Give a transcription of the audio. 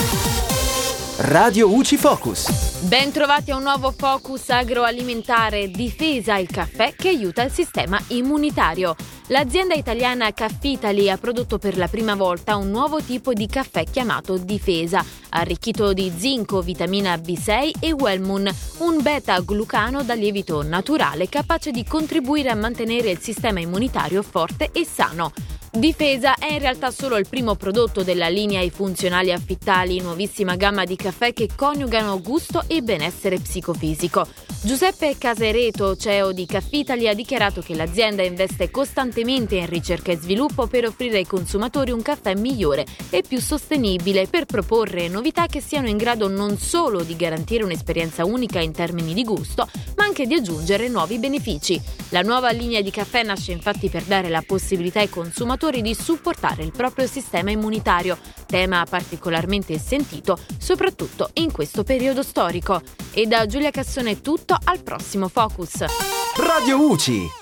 Radio UCI Focus. Ben trovati a un nuovo focus agroalimentare. Difesa il caffè che aiuta il sistema immunitario. L'azienda italiana Caffitali ha prodotto per la prima volta un nuovo tipo di caffè chiamato Difesa, arricchito di zinco, vitamina B6 e Wellmoon, un beta-glucano da lievito naturale capace di contribuire a mantenere il sistema immunitario forte e sano. Difesa è in realtà solo il primo prodotto della linea I Funzionali Affittali, nuovissima gamma di caffè che coniugano gusto e benessere psicofisico. Giuseppe Casereto, CEO di Caffitali, ha dichiarato che l'azienda investe costantemente in ricerca e sviluppo per offrire ai consumatori un caffè migliore e più sostenibile, per proporre novità che siano in grado non solo di garantire un'esperienza unica in termini di gusto, ma anche di aggiungere nuovi benefici. La nuova linea di caffè nasce infatti per dare la possibilità ai consumatori di supportare il proprio sistema immunitario, tema particolarmente sentito soprattutto in questo periodo storico. E da Giulia Cassone è tutto, al prossimo Focus. Radio UCI.